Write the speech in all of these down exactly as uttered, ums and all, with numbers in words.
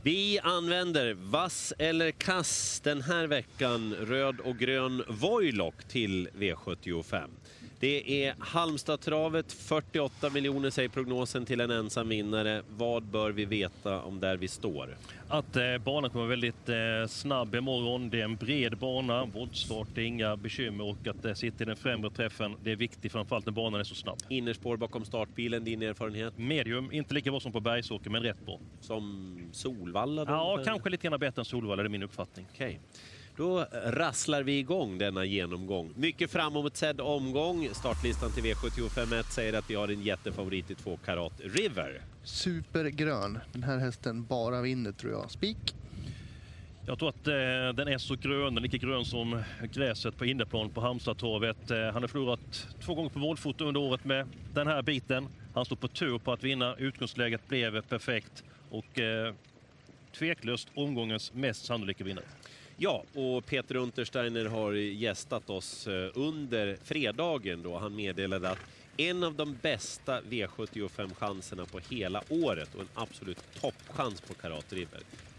Vi använder vass eller kass den här veckan, röd och grön Voilock till V sjuttiofem. Det är Halmstad-travet, fyrtioåtta miljoner säger prognosen till en ensam vinnare. Vad bör vi veta om där vi står? Att eh, banan kommer väldigt eh, snabb imorgon. Det är en bred bana, voltstart, det är inga bekymmer, och att det sitter i den främre träffen, det är viktigt framförallt när banan är så snabb. Innerspår bakom startbilen, din erfarenhet? Medium, inte lika bra som på Bergsåker, men rätt bra. Som Solvalla då? Ja, kanske lite grann bättre än Solvalla, det är min uppfattning. Okej. Okay. Då rasslar vi igång denna genomgång. Mycket fram emot sedd omgång. Startlistan till V sjuttiofem ett säger att vi har en jättefavorit i två karat River. Supergrön. Den här hästen bara vinner, tror jag. Spik. Jag tror att eh, den är så grön, den är lika grön som gräset på inneplan på Halmstad-torvet. Eh, han har förlorat två gånger på målfoto under året med den här biten. Han står på tur på att vinna. Utgångsläget blev perfekt och eh, tveklöst omgångens mest sannolika vinnare. Ja, och Peter Untersteiner har gästat oss under fredagen då han meddelade att en av de bästa V sjuttiofem-chanserna på hela året och en absolut toppchans på Karat River.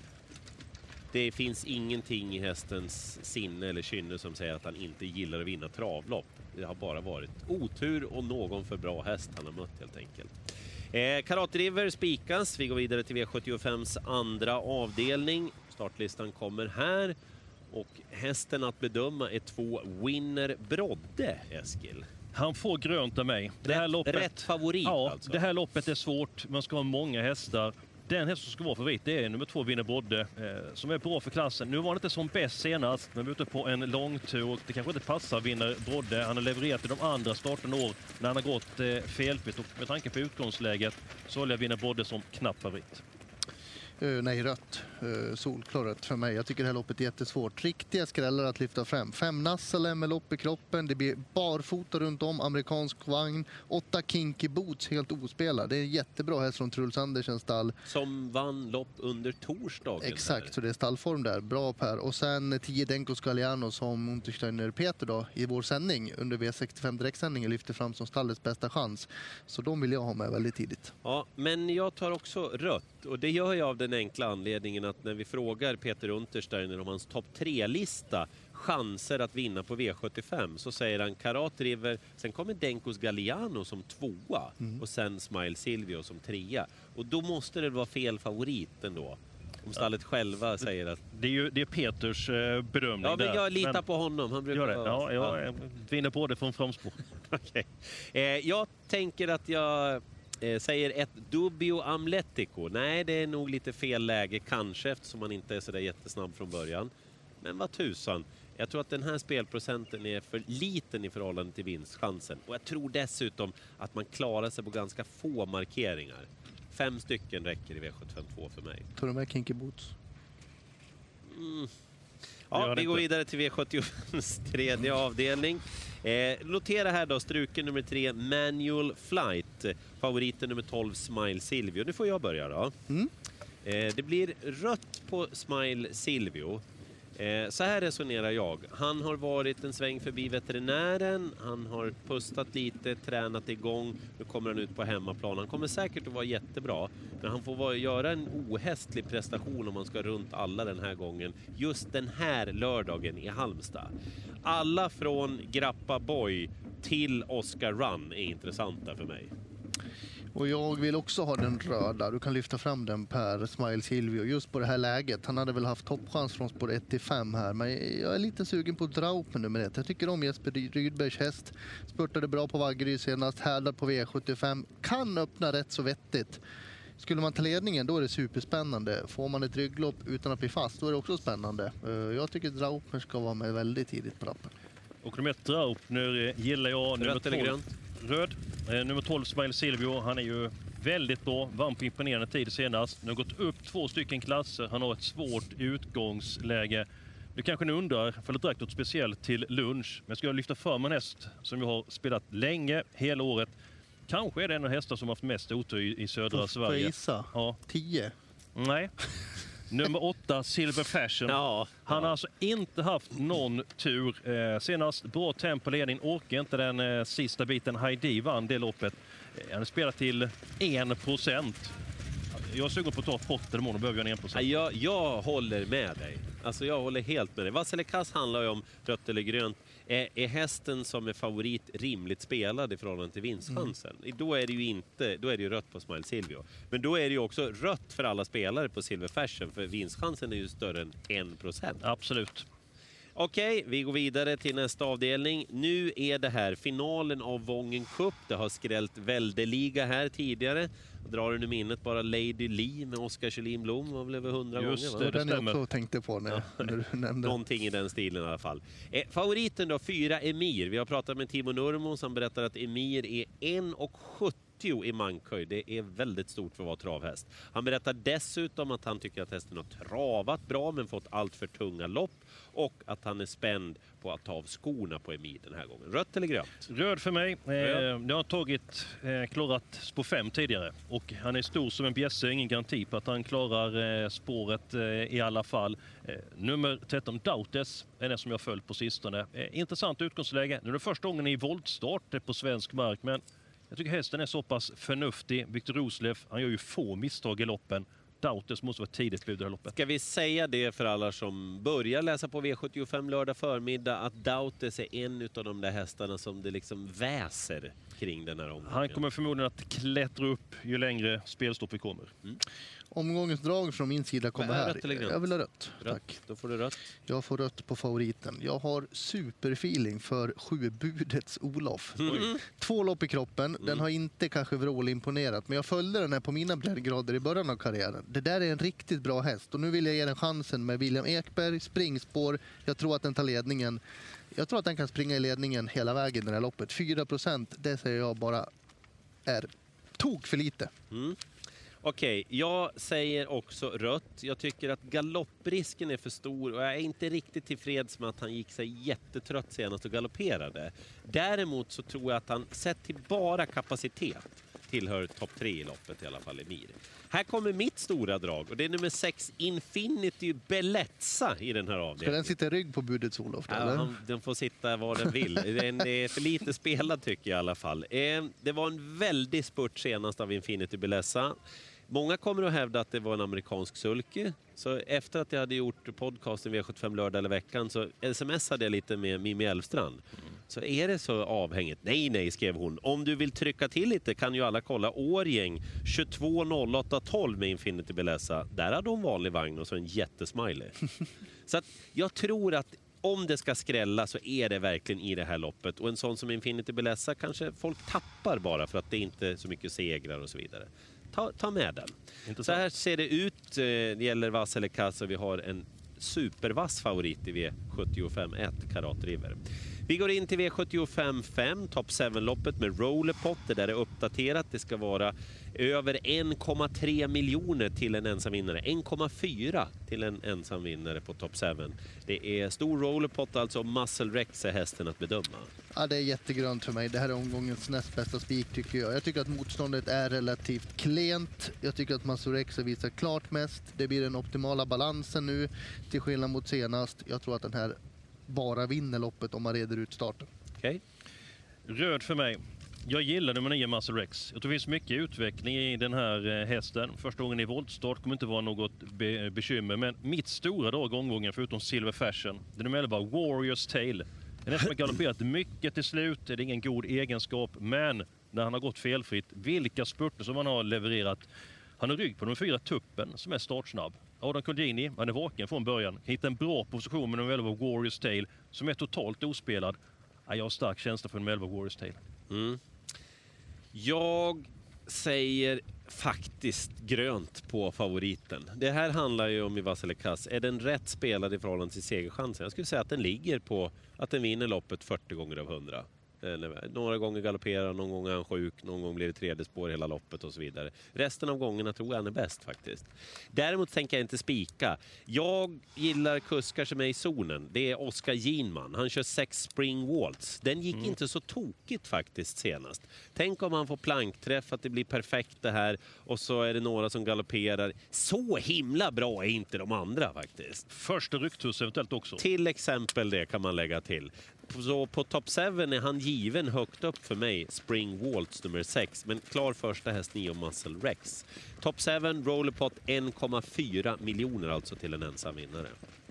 Det finns ingenting i hästens sinne eller kynne som säger att han inte gillar att vinna travlopp. Det har bara varit otur och någon för bra häst han har mött helt enkelt. Eh, Karat River spikas. Vi går vidare till V sjuttiofems andra avdelning. Startlistan kommer här. Och hästen att bedöma är två Winner Brodde, Eskil. Han får grönt av mig. Det här rätt, loppet, rätt favorit ja, alltså. Det här loppet är svårt. Man ska ha många hästar. Den häst som ska vara favorit, det är nummer två Winner Brodde, eh, som är bra för klassen. Nu var han inte som bäst senast, men vi är ute på en långtur och det kanske inte passar Winner Brodde. Han har levererat i de andra starten år när han har gått eh, felfritt, och med tanke på utgångsläget så håller jag Winner Brodde som knapp favorit. Uh, nej, rött. Uh, solklart för mig. Jag tycker det här loppet är jättesvårt. Riktiga skrällar att lyfta fram. Fem Nassele med lopp i kroppen. Det blir barfota runt om. Amerikansk vagn. Åtta Kinky Boots helt ospelad. Det är en jättebra häst från Truls Andersens stall. Som vann lopp under torsdagen. Exakt, där. Så det är stallform där. Bra Per. Och sen tio Denko Galliano som Untersteiner Peter då i vår sändning under V sextiofem direktsändningen lyfter fram som stallets bästa chans. Så de vill jag ha med väldigt tidigt. Ja, men jag tar också rött. Och det gör jag av den enkla anledningen att när vi frågar Peter Untersteiner om hans topp tre-lista chanser att vinna på V sjuttiofem så säger han Karat River, sen kommer Denkos Galliano som tvåa mm. och sen Smile Silvio som trea. Och då måste det vara fel favorit ändå. Om stallet ja. själva säger att... Det är ju det är Peters eh, bedömning. Ja, men jag där. litar men... på honom. Han brukar gör det. Ja, ja, jag vinner på det från framspår. Okay. eh, jag tänker att jag... säger ett Dubio Amletico. Nej, det är nog lite fel läge kanske eftersom man inte är så där jättesnabb från början. Men vad tusan. Jag tror att den här spelprocenten är för liten i förhållande till vinstchansen. Och jag tror dessutom att man klarar sig på ganska få markeringar. Fem stycken räcker i V sjuttiofem två för mig. Tar du med Kinky Boots? Mm. Ja, vi går vidare till V sjuttiofems tredje avdelning. Eh, notera här då, struken nummer tre, Manual Flight. Favoriten nummer tolv, Smile Silvio. Nu får jag börja då. Mm. Eh, det blir rött på Smile Silvio. Eh, så här resonerar jag. Han har varit en sväng förbi veterinären. Han har pustat lite, tränat igång. Nu kommer han ut på hemmaplan. Han kommer säkert att vara jättebra. Men han får vara, göra en ohästlig prestation om man ska runt alla den här gången. Just den här lördagen i Halmstad. Alla från Grappa Boy till Oscar Run är intressanta för mig. Och jag vill också ha den röda. Du kan lyfta fram den Per Smile Silvio just på det här läget. Han hade väl haft toppchans från spår ett till fem här. Men jag är lite sugen på att dra upp med nummer ett. Jag tycker om Jesper Rydbergs häst. Spurtade bra på Vaggeryd senast. Härdad på V sjuttiofem. Kan öppna rätt så vettigt. Skulle man ta ledningen då är det superspännande. Får man ett rygglopp utan att bli fast då är det också spännande. Jag tycker att Draupner ska vara med väldigt tidigt på rappen. Och nummer ett Draupner gillar jag. Nummer Rött eller grönt? Röd. Eh, nummer tolv Smile Silvio, han är ju väldigt bra, vann på imponerande tid senast. Nu har gått upp två stycken klasser, han har ett svårt utgångsläge. Du kanske nu undrar, för det direkt något speciellt till lunch, men ska jag lyfta fram en häst som jag har spelat länge, hela året. Kanske är det en av hästar som har haft mest otur i, i södra Får Sverige. Får gissa? Ja. Tio? Nej. Nummer åtta, Silver Fashion. Ja, han ja. har alltså inte haft någon tur. Eh, senast bra tempo ledning, orkar inte den eh, sista biten. Heidi vann det loppet. Eh, han har spelat till en procent. jag är sugen på att ta Potter imorgon och behöver jag en en procent. Jag, jag håller med dig. Alltså jag håller helt med dig. Vasilikas handlar ju om rött eller grönt. Är, är hästen som är favorit rimligt spelad i förhållande till vinstchansen? Mm. Då är det ju inte, då är det ju rött på Smile Silvio. Men då är det ju också rött för alla spelare på Silver Fashion, för vinstchansen är ju större än en procent. Absolut. Okej, vi går vidare till nästa avdelning. Nu är det här finalen av Vången Cup. Det har skrällt väldeliga här tidigare. Drar du nu minnet bara Lady Lee med Oskar Kjellin Blom var väl över hundra Just gånger? Det, den jag också tänkte på när, ja. när du nämnde. Någonting i den stilen i alla fall. Eh, favoriten då, fyra Emir. Vi har pratat med Timo Nurmo som berättar att Emir är en komma sjuttio i mankhöjd. Det är väldigt stort för att vara travhäst. Han berättar dessutom att han tycker att hästen har travat bra men fått allt för tunga lopp och att han är spänd på att ta av skorna på Emir den här gången. Rött eller grönt? Röd för mig. Eh, jag har tagit eh, klarat spår fem tidigare och han är stor som en bjässe, ingen garanti på att han klarar eh, spåret eh, i alla fall. Eh, nummer tretton Dautes är det som jag följt på sistone. Eh, intressant utgångsläge. Nu är det första gången i voltstart på svensk mark, men jag tycker hästen är så pass förnuftig. Viktor Roslev, han gör ju få misstag i loppen. Dautes måste vara tidigt bud i loppet. Ska vi säga det för alla som börjar läsa på V sjuttiofem lördag förmiddag att Dautes är en av de där hästarna som det liksom väser kring den här omgången? Han kommer förmodligen att klättra upp ju längre spelstopp vi kommer. Mm. Omgångens drag från min sida kommer här. Jag vill ha rött. rött. Tack. Då får du rött. Jag får rött på favoriten. Jag har superfeeling för sju budets Olof. Mm. Två lopp i kroppen. Mm. Den har inte kanske vrålimponerat, men jag följde den här på mina breddgrader i början av karriären. Det där är en riktigt bra häst och nu vill jag ge den chansen med William Ekberg, springspår. Jag tror att den tar ledningen. Jag tror att den kan springa i ledningen hela vägen i det här loppet. fyra procent, det säger jag bara är tok för lite. Mm. Okej, jag säger också rött. Jag tycker att galopprisken är för stor och jag är inte riktigt tillfreds med att han gick sig jättetrött senast och galopperade. Däremot så tror jag att han, sett till bara kapacitet, tillhör topp tre i loppet i alla fall, Emir. Här kommer mitt stora drag och det är nummer sex Infinity Bellezza i den här avdelningen. Ska den sitta i rygg på budets Olof? Ja, eller? han, den får sitta var den vill. Den är för lite spelad tycker jag i alla fall. Eh, det var en väldigt spurt senast av Infinity Bellezza. Många kommer att hävda att det var en amerikansk sulke. Så efter att jag hade gjort podcasten V sjuttiofem lördag eller veckan så smsade jag lite med Mimmi Elfstrand. Mm. Så är det så avhängigt? Nej, nej, skrev hon. Om du vill trycka till lite kan ju alla kolla Årgäng tjugotvå noll åtta tolv med Infinity Bellezza. Där hade hon vanlig vagn och så en jättesmiley. Så att jag tror att om det ska skrälla så är det verkligen i det här loppet. Och en sån som Infinity Bellezza kanske folk tappar bara för att det inte är så mycket segrar och så vidare. Ta, ta med den. Intressant. Så här ser det ut. Det gäller vass eller kassa. Vi har en supervass favorit i V sjuttiofem ett, Karat River. Vi går in till V sjuttiofem fem, Top sju-loppet med Rollerpot. Det där är uppdaterat. Det ska vara över en komma tre miljoner till en ensam vinnare. en komma fyra till en ensam vinnare på Top sju. Det är stor Rollerpot, alltså Muscle Rex är hästen att bedöma. Ja, det är jättegrönt för mig. Det här är omgångens näst bästa spik tycker jag. Jag tycker att motståndet är relativt klent. Jag tycker att Muscle Rex visar klart mest. Det blir den optimala balansen nu till skillnad mot senast. Jag tror att den här bara vinner loppet om man reder ut starten. Okej. Okay. Röd för mig. Jag gillar nummer nio Muscle Rex. Jag tror det finns mycket utveckling i den här hästen. Första gången i voltstart kommer inte vara något be- bekymmer. Men mitt stora drag omgången förutom Silver Fashion, det är nummer elva Warriors Tale. En häst som har galopperat mycket till slut. Det är ingen god egenskap. Men när han har gått felfritt, vilka spurter som han har levererat. Han har rygg på nummer fyra Tuppen som är startsnabb. Adam Condini, han är vaken från början. Hittar en bra position med nummer elva Warriors Tale som är totalt ospelad. Ja, jag har stark känsla för nummer elva Warriors Tale. Mm. Jag säger faktiskt grönt på favoriten. Det här handlar ju om i Vasilikas. Är den rätt spelad i förhållande till segerchansen? Jag skulle säga att den ligger på att den vinner loppet fyrtio gånger av hundra. Eller, några gånger galopperar, någon gång är han sjuk, någon gång blir det tredje spår hela loppet och så vidare. Resten av gångerna tror jag han är bäst faktiskt. Däremot tänker jag inte spika. Jag gillar kuskar som är i zonen. Det är Oskar Ginman. Han kör sex Spring Waltz. Den gick mm. inte så tokigt faktiskt senast. Tänk om han får plankträff, att det blir perfekt det här och så är det några som galopperar. Så himla bra är inte de andra faktiskt. Första rykthus eventuellt också. Till exempel det kan man lägga till. Så på top sju är han given högt upp för mig. Spring Waltz nummer sex. Men klar första häst Neo Muscle Rex. top sju, rollerpot en komma fyra miljoner alltså till en ensam vinnare.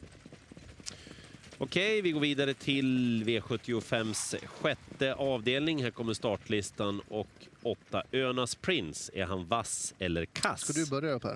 Okej, vi går vidare till V sjuttiofems sjätte avdelning. Här kommer startlistan och åtta. Önas Prince. Är han vass eller kass? Ska du börja upp här?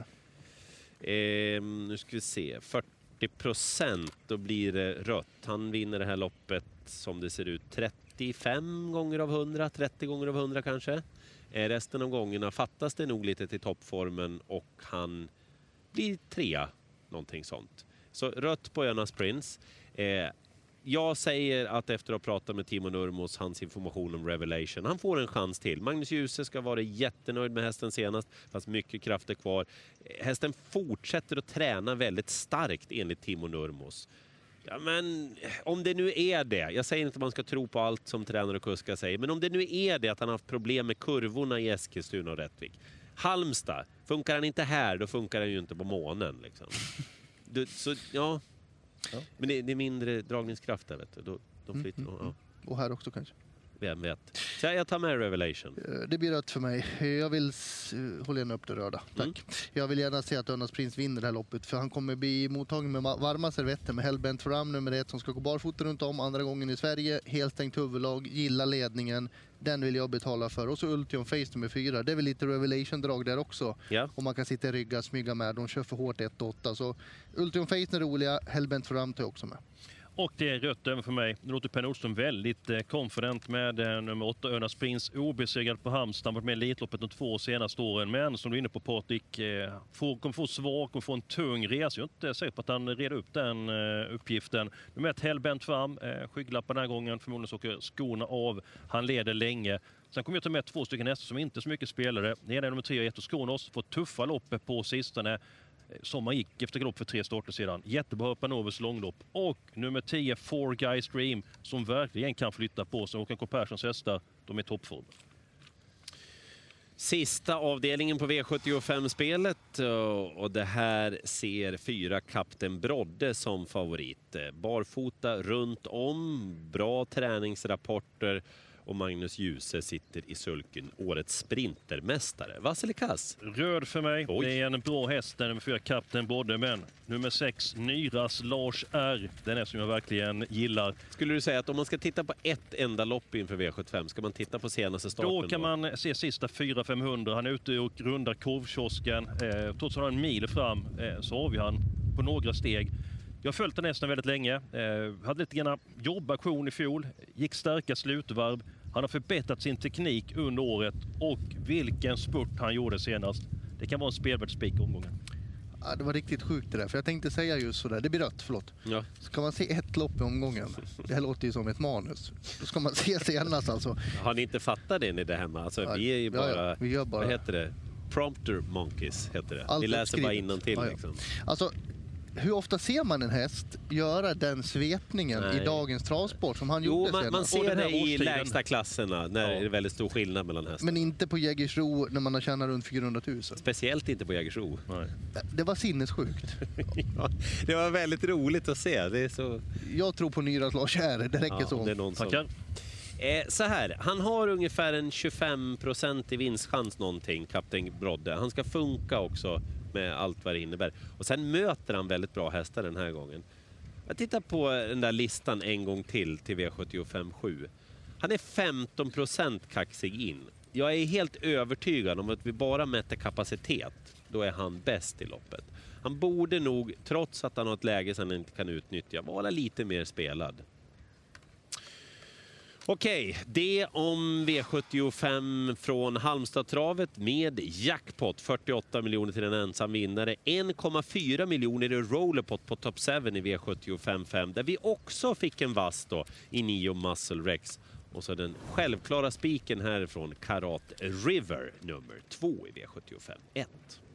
Eh, nu ska vi se. fyrtio procent, då blir det rött. Han vinner det här loppet som det ser ut trettiofem gånger av hundra, trettio gånger av hundra kanske. Eh, resten av gångerna fattas det nog lite till toppformen och han blir trea, någonting sånt. Så rött på Önas Prince. Eh, jag säger att efter att ha pratat med Timo Nurmos, hans information om Revelation, han får en chans till. Magnus Djuse ska vara jättenöjd med hästen senast, fast mycket krafter kvar. Hästen fortsätter att träna väldigt starkt enligt Timo Nurmos. Ja, men om det nu är det, jag säger inte att man ska tro på allt som tränare och kuskar säger, men om det nu är det att han har haft problem med kurvorna i Eskilstuna och Rättvik. Halmstad, funkar han inte här, då funkar han ju inte på månen liksom. Du, så, ja. Ja. Men det, det är mindre dragningskraft där, vet du. Då, de flyttar, mm, mm, ja. Och här också kanske. Vem vet. Så jag tar med Revelation. Det blir rött för mig. Jag vill hålla gärna upp det röda. Tack. Mm. Jag vill gärna se att Önas Prince vinner det här loppet. För han kommer bli mottagen med varma servetter med Hellbent fram nummer ett som ska gå barfota runt om. Andra gången i Sverige. Helt stängt huvudlag. Gillar ledningen. Den vill jag betala för. Och så Ultion Face nummer fyra. Det är väl lite Revelation-drag där också. Ja. Och man kan sitta i rygga, smyga med. De kör för hårt ett åtta. Så Ultion Face är roliga. Hellbent fram tar jag också med. Och det är rött även för mig. Nu låter Per Nordström väldigt eh, confident med eh, nummer åtta Önas Prince. Obesegrad på Halmstad. Varit med i Elitloppet de två senaste åren. Men som du är inne på, Patrik, eh, får, kommer få svag, kommer få en tung resa. Jag är inte säker på att han reder upp den eh, uppgiften. Nummer ett Hellbent fram. Eh, skygglappar den här gången. Förmodligen så åker skorna av. Han leder länge. Sen kommer jag ta med två stycken hästar som inte är så mycket spelare. Det är nummer tre, Eto Skonos. Får tuffa loppet på sistone. Som man gick efter galopp för tre starter sedan. Jättebra Panovers långlopp. Och nummer tio, Four Guys Dream, som verkligen kan flytta på sig. Håkan K. Perssons hästar, de är toppform. Sista avdelningen på V sjuttiofem-spelet. Och det här ser fyra Kapten Brodde som favorit. Barfota runt om, bra träningsrapporter. Och Magnus Djuse sitter i sulken, årets sprintermästare. Vass eller kass? Röd för mig. Oj. Det är en bra häst, den nummer fyra Kapten Brodde. Men nummer sex Nyras Lars R. Den är som jag verkligen gillar. Skulle du säga att om man ska titta på ett enda lopp inför V sjuttiofem, ska man titta på senaste starten? Då kan då? man se sista fyra femhundra. Han är ute och rundar korvkiosken. Eh, trots att han har en mil fram eh, så har vi han på några steg. Jag har följt den nästan väldigt länge. Eh, hade lite grann jobbaktion i fjol. Gick starka slutvarv. Han har förbättrat sin teknik under året. Och vilken spurt han gjorde senast. Det kan vara en spelvärd spik omgången. Ja, det var riktigt sjukt det där. För jag tänkte säga just sådär. Det blir rött, förlåt. Ja. Ska man se ett lopp i omgången? Det här låter ju som ett manus. Då ska man se senast alltså. Har ni inte fattat det ni där hemma? Alltså, ja, vi är ju bara, ja, ja. Vi gör bara... Vad heter det? Prompter monkeys heter det. Allt vi läser uppskrivet. bara innantill ja, ja. liksom. Alltså... Hur ofta ser man en häst göra den svepningen Nej. i dagens travsport som han jo, gjorde man, senast? man ser det i årstiden. lägsta klasserna när ja. det är väldigt stor skillnad mellan hästar. Men inte på Jägersro när man har tjänat runt fyrahundratusen. Speciellt inte på Jägersro. Nej. Det var sinnessjukt. ja, det var väldigt roligt att se. Det är så... Jag tror på Nyras Lars R. Det räcker ja, så. Det är någon Tackar. Som... Eh, så här, han har ungefär en tjugofem procent i vinstchans någonting, Kapten Brodde. Han ska funka också med allt vad det innebär. Och sen möter han väldigt bra hästar den här gången. Jag tittar på den där listan en gång till till V sjuttiofem sju. Han är femton procent kaxig in. Jag är helt övertygad om att vi bara mäter kapacitet. Då är han bäst i loppet. Han borde nog, trots att han har ett läge som han inte kan utnyttja, vara lite mer spelad. Okej, det om V sjuttiofem från Halmstad-travet med jackpot. fyrtioåtta miljoner till en ensam vinnare. en komma fyra miljoner i rollerpot på top sju i V sjuttiofem fem. Där vi också fick en vass då i Neo Muscle Rex. Och så den självklara spiken härifrån Karat River nummer två i V sjuttiofem ett.